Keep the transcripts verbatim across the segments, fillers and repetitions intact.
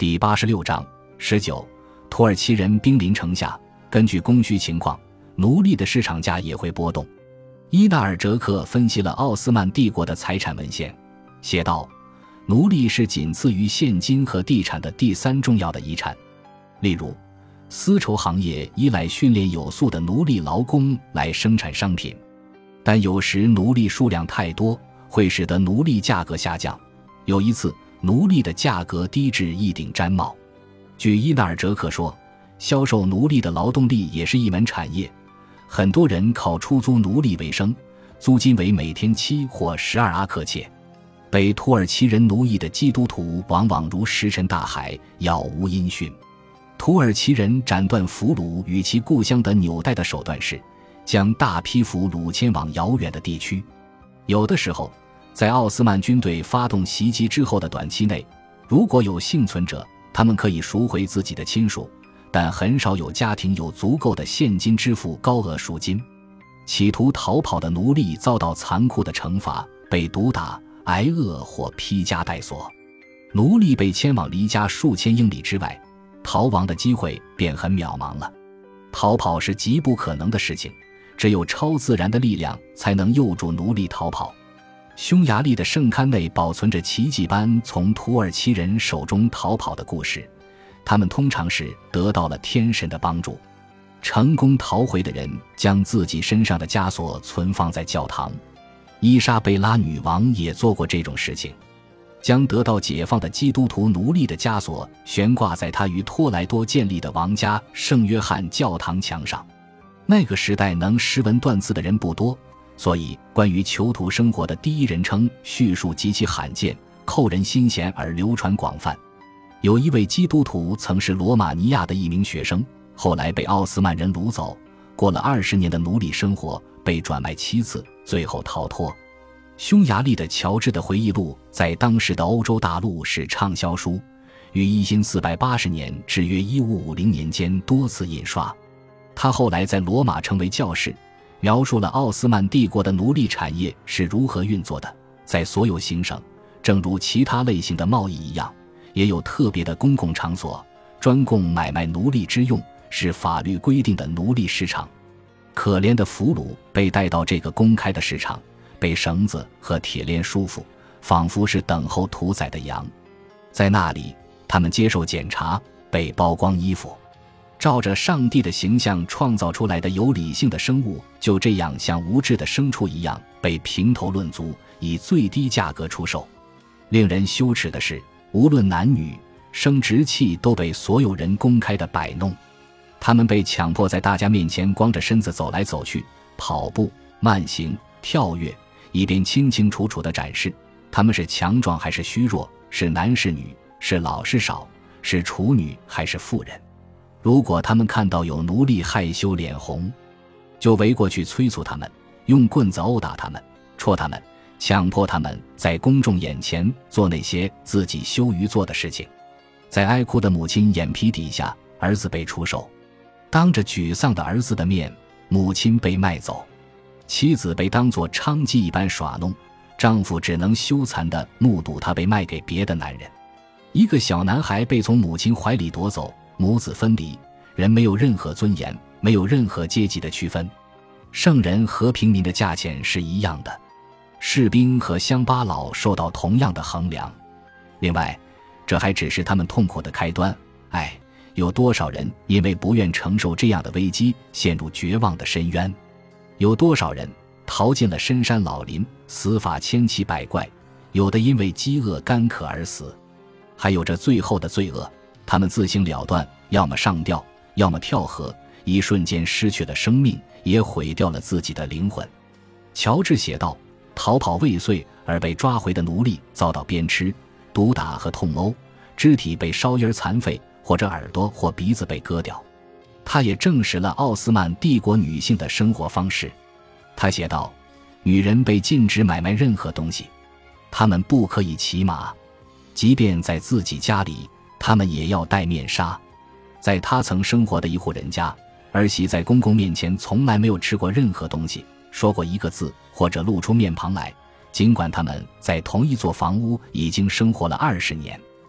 第八十六章十九，土耳其人兵临城下，根据供需情况，奴隶的市场价也会波动。伊纳尔哲克分析了奥斯曼帝国的财产文献，写道：奴隶是仅次于现金和地产的第三重要的遗产。例如，丝绸行业依赖训练有素的奴隶劳工来生产商品，但有时奴隶数量太多，会使得奴隶价格下降。有一次，奴隶的价格低至一顶毡帽。据伊纳尔哲克说，销售奴隶的劳动力也是一门产业，很多人靠出租奴隶为生，租金为每天七或十二阿克切。被土耳其人奴役的基督徒往往如石沉大海，杳无音讯。土耳其人斩断俘虏与其故乡的纽带的手段是将大批俘虏迁往遥远的地区。有的时候，在奥斯曼军队发动袭击之后的短期内，如果有幸存者，他们可以赎回自己的亲属，但很少有家庭有足够的现金支付高额赎金。企图逃跑的奴隶遭到残酷的惩罚，被毒打、挨饿或披枷带锁。奴隶被迁往离家数千英里之外，逃亡的机会便很渺茫了。逃跑是极不可能的事情，只有超自然的力量才能诱助奴隶逃跑。匈牙利的圣龛内保存着奇迹般从土耳其人手中逃跑的故事，他们通常是得到了天神的帮助。成功逃回的人将自己身上的枷锁存放在教堂。伊莎贝拉女王也做过这种事情，将得到解放的基督徒奴隶的枷锁悬挂在她于托莱多建立的王家圣约翰教堂墙上。那个时代能识文断字的人不多，所以关于囚徒生活的第一人称叙述极其罕见，扣人心弦而流传广泛。有一位基督徒曾是罗马尼亚的一名学生，后来被奥斯曼人掳走，过了二十年的奴隶生活，被转卖七次，最后逃脱。匈牙利的乔治的回忆录在当时的欧洲大陆是畅销书，于一千四百八十年至约一五五零年间多次印刷。他后来在罗马成为教士，描述了奥斯曼帝国的奴隶产业是如何运作的。在所有行省，正如其他类型的贸易一样，也有特别的公共场所，专供买卖奴隶之用，是法律规定的奴隶市场。可怜的俘虏被带到这个公开的市场，被绳子和铁链束缚，仿佛是等候屠宰的羊。在那里，他们接受检查，被剥光衣服。照着上帝的形象创造出来的有理性的生物，就这样像无知的牲畜一样被评头论足，以最低价格出售。令人羞耻的是，无论男女，生殖器都被所有人公开地摆弄。他们被强迫在大家面前光着身子走来走去，跑步、慢行、跳跃，以便清清楚楚地展示他们是强壮还是虚弱，是男是女，是老是少，是处女还是妇人。如果他们看到有奴隶害羞脸红，就围过去催促他们，用棍子殴打他们，戳他们，强迫他们在公众眼前做那些自己羞于做的事情。在哀哭的母亲眼皮底下，儿子被出售。当着沮丧的儿子的面，母亲被卖走。妻子被当作娼妓一般耍弄，丈夫只能羞惭地目睹她被卖给别的男人。一个小男孩被从母亲怀里夺走，母子分离，人没有任何尊严，没有任何阶级的区分。圣人和平民的价钱是一样的，士兵和乡巴佬受到同样的衡量。另外，这还只是他们痛苦的开端。唉，有多少人因为不愿承受这样的危机，陷入绝望的深渊？有多少人逃进了深山老林，死法千奇百怪，有的因为饥饿干渴而死。还有这最后的罪恶，他们自行了断，要么上吊，要么跳河，一瞬间失去了生命，也毁掉了自己的灵魂。乔治写道，逃跑未遂而被抓回的奴隶遭到鞭笞、毒打和痛殴，肢体被烧烟残废，或者耳朵或鼻子被割掉。他也证实了奥斯曼帝国女性的生活方式。他写道，女人被禁止买卖任何东西，她们不可以骑马，即便在自己家里，她们也要戴面纱。在他曾生活的一户人家，儿媳在公公面前从来没有吃过任何东西，说过一个字，或者露出面庞来，尽管他们在同一座房屋已经生活了二十年。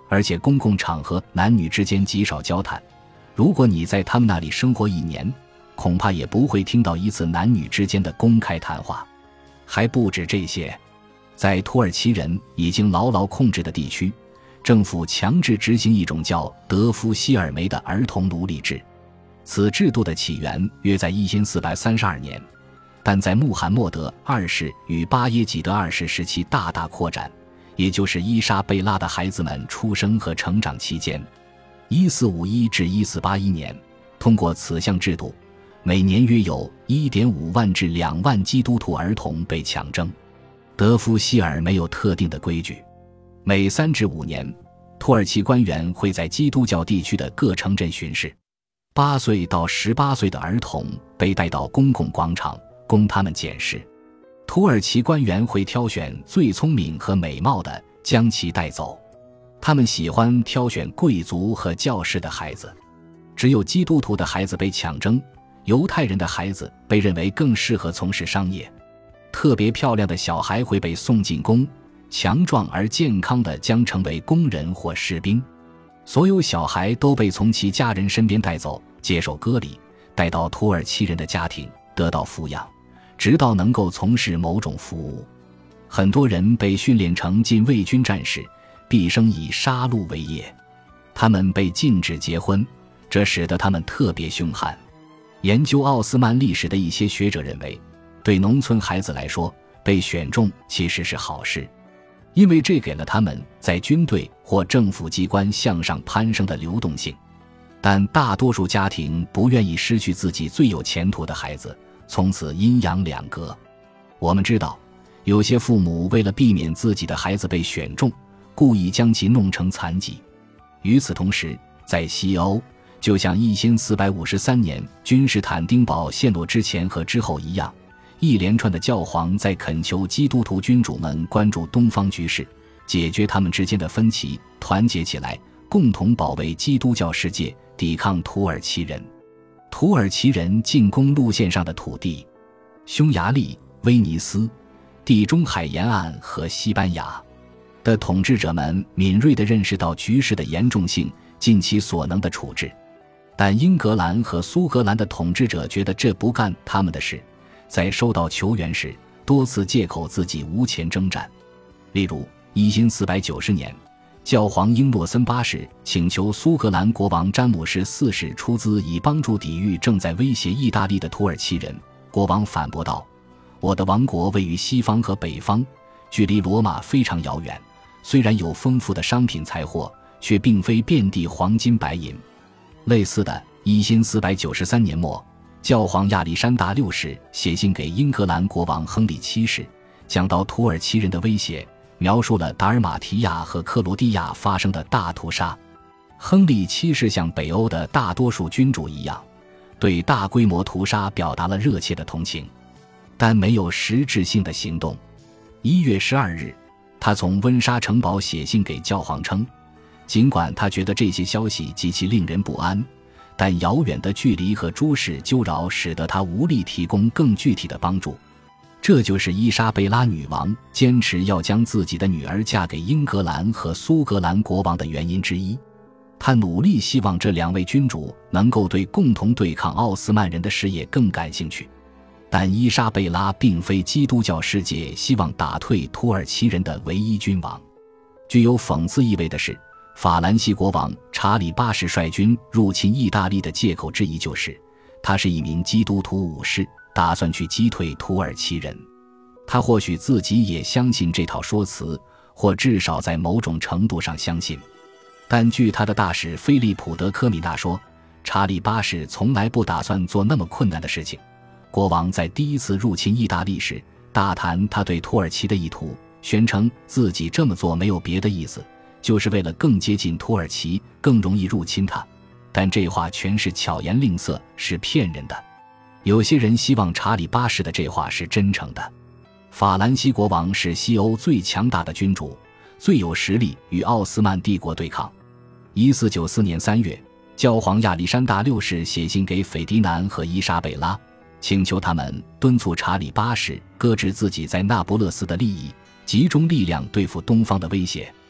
而且公共场合男女之间极少交谈。如果你在他们那里生活一年，恐怕也不会听到一次男女之间的公开谈话。还不止这些，在土耳其人已经牢牢控制的地区，政府强制执行一种叫德夫希尔梅的儿童奴隶制。此制度的起源约在一千四百三十二年，但在穆罕默德二世与巴耶济德二世时期大大扩展，也就是伊莎贝拉的孩子们出生和成长期间。一四五一至一四八一年，通过此项制度，每年约有 一点五万至两万基督徒儿童被强征。德夫希尔没有特定的规矩，每三至五年，土耳其官员会在基督教地区的各城镇巡视。八岁到十八岁的儿童被带到公共广场，供他们检视。土耳其官员会挑选最聪明和美貌的，将其带走。他们喜欢挑选贵族和教士的孩子，只有基督徒的孩子被抢征，犹太人的孩子被认为更适合从事商业。特别漂亮的小孩会被送进宫，强壮而健康的将成为工人或士兵。所有小孩都被从其家人身边带走，接受割礼，带到土耳其人的家庭，得到抚养，直到能够从事某种服务。很多人被训练成禁卫军战士，毕生以杀戮为业。他们被禁止结婚，这使得他们特别凶悍。研究奥斯曼历史的一些学者认为，对农村孩子来说，被选中其实是好事，因为这给了他们在军队或政府机关向上攀升的流动性。但大多数家庭不愿意失去自己最有前途的孩子，从此阴阳两隔。我们知道，有些父母为了避免自己的孩子被选中，故意将其弄成残疾。与此同时，在西欧，就像一千四百五十三年君士坦丁堡陷落之前和之后一样，一连串的教皇在恳求基督徒君主们关注东方局势，解决他们之间的分歧，团结起来，共同保卫基督教世界，抵抗土耳其人。土耳其人进攻路线上的土地，匈牙利、威尼斯、地中海沿岸和西班牙的统治者们敏锐地认识到局势的严重性，尽其所能的处置。但英格兰和苏格兰的统治者觉得这不干他们的事，在收到求援时多次借口自己无钱征战。例如一千四百九十年，教皇英诺森八世请求苏格兰国王詹姆士四世出资以帮助抵御正在威胁意大利的土耳其人。国王反驳道，我的王国位于西方和北方，距离罗马非常遥远，虽然有丰富的商品财货，却并非遍地黄金白银。类似的，一千四百九十三年末，教皇亚历山大六世写信给英格兰国王亨利七世，讲到土耳其人的威胁，描述了达尔马提亚和克罗地亚发生的大屠杀。亨利七世像北欧的大多数君主一样，对大规模屠杀表达了热切的同情，但没有实质性的行动。一月十二日，他从温莎城堡写信给教皇称，尽管他觉得这些消息极其令人不安，但遥远的距离和诸事纠扰使得他无力提供更具体的帮助。这就是伊莎贝拉女王坚持要将自己的女儿嫁给英格兰和苏格兰国王的原因之一。她努力希望这两位君主能够对共同对抗奥斯曼人的事业更感兴趣。但伊莎贝拉并非基督教世界希望打退土耳其人的唯一君王。具有讽刺意味的是，法兰西国王查理八世率军入侵意大利的借口之一就是，他是一名基督徒武士，打算去击退土耳其人。他或许自己也相信这套说辞，或至少在某种程度上相信。但据他的大使菲利普·德科米纳说，查理八世从来不打算做那么困难的事情。国王在第一次入侵意大利时，大谈他对土耳其的意图，宣称自己这么做没有别的意思，就是为了更接近土耳其，更容易入侵他。但这话全是巧言令色，是骗人的。有些人希望查理八世的这话是真诚的。法兰西国王是西欧最强大的君主，最有实力与奥斯曼帝国对抗。一四九四年三月，教皇亚历山大六世写信给斐迪南和伊莎贝拉，请求他们敦促查理八世搁置自己在那不勒斯的利益，集中力量对付东方的威胁。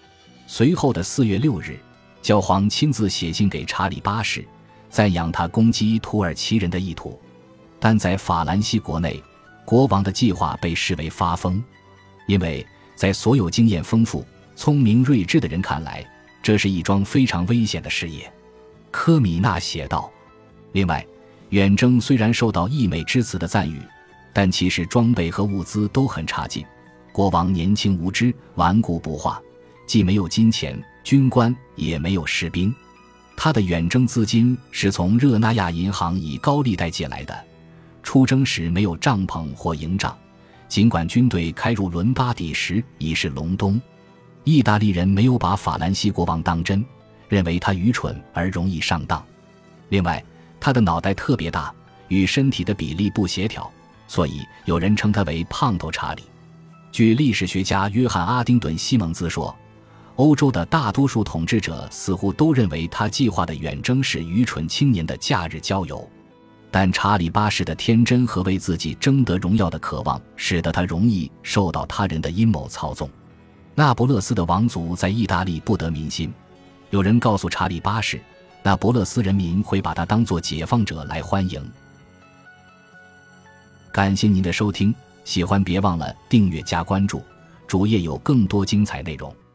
随后的四月六日，教皇亲自写信给查理八世，赞扬他攻击土耳其人的意图。但在法兰西国内，国王的计划被视为发疯，因为在所有经验丰富、聪明睿智的人看来，这是一桩非常危险的事业。科米纳写道。另外，远征虽然受到溢美之词的赞誉，但其实装备和物资都很差劲。国王年轻无知，顽固不化，既没有金钱、军官，也没有士兵。他的远征资金是从热那亚银行以高利贷借来的，出征时没有帐篷或营帐，尽管军队开入伦巴底时已是隆冬。意大利人没有把法兰西国王当真，认为他愚蠢而容易上当。另外，他的脑袋特别大，与身体的比例不协调，所以有人称他为胖头查理。据历史学家约翰·阿丁顿·西蒙兹说，欧洲的大多数统治者似乎都认为他计划的远征是愚蠢青年的假日郊游。但查理八世的天真和为自己争得荣耀的渴望，使得他容易受到他人的阴谋操纵。那不勒斯的王族在意大利不得民心，有人告诉查理八世，那不勒斯人民会把他当作解放者来欢迎。感谢您的收听，喜欢别忘了订阅加关注，主页有更多精彩内容。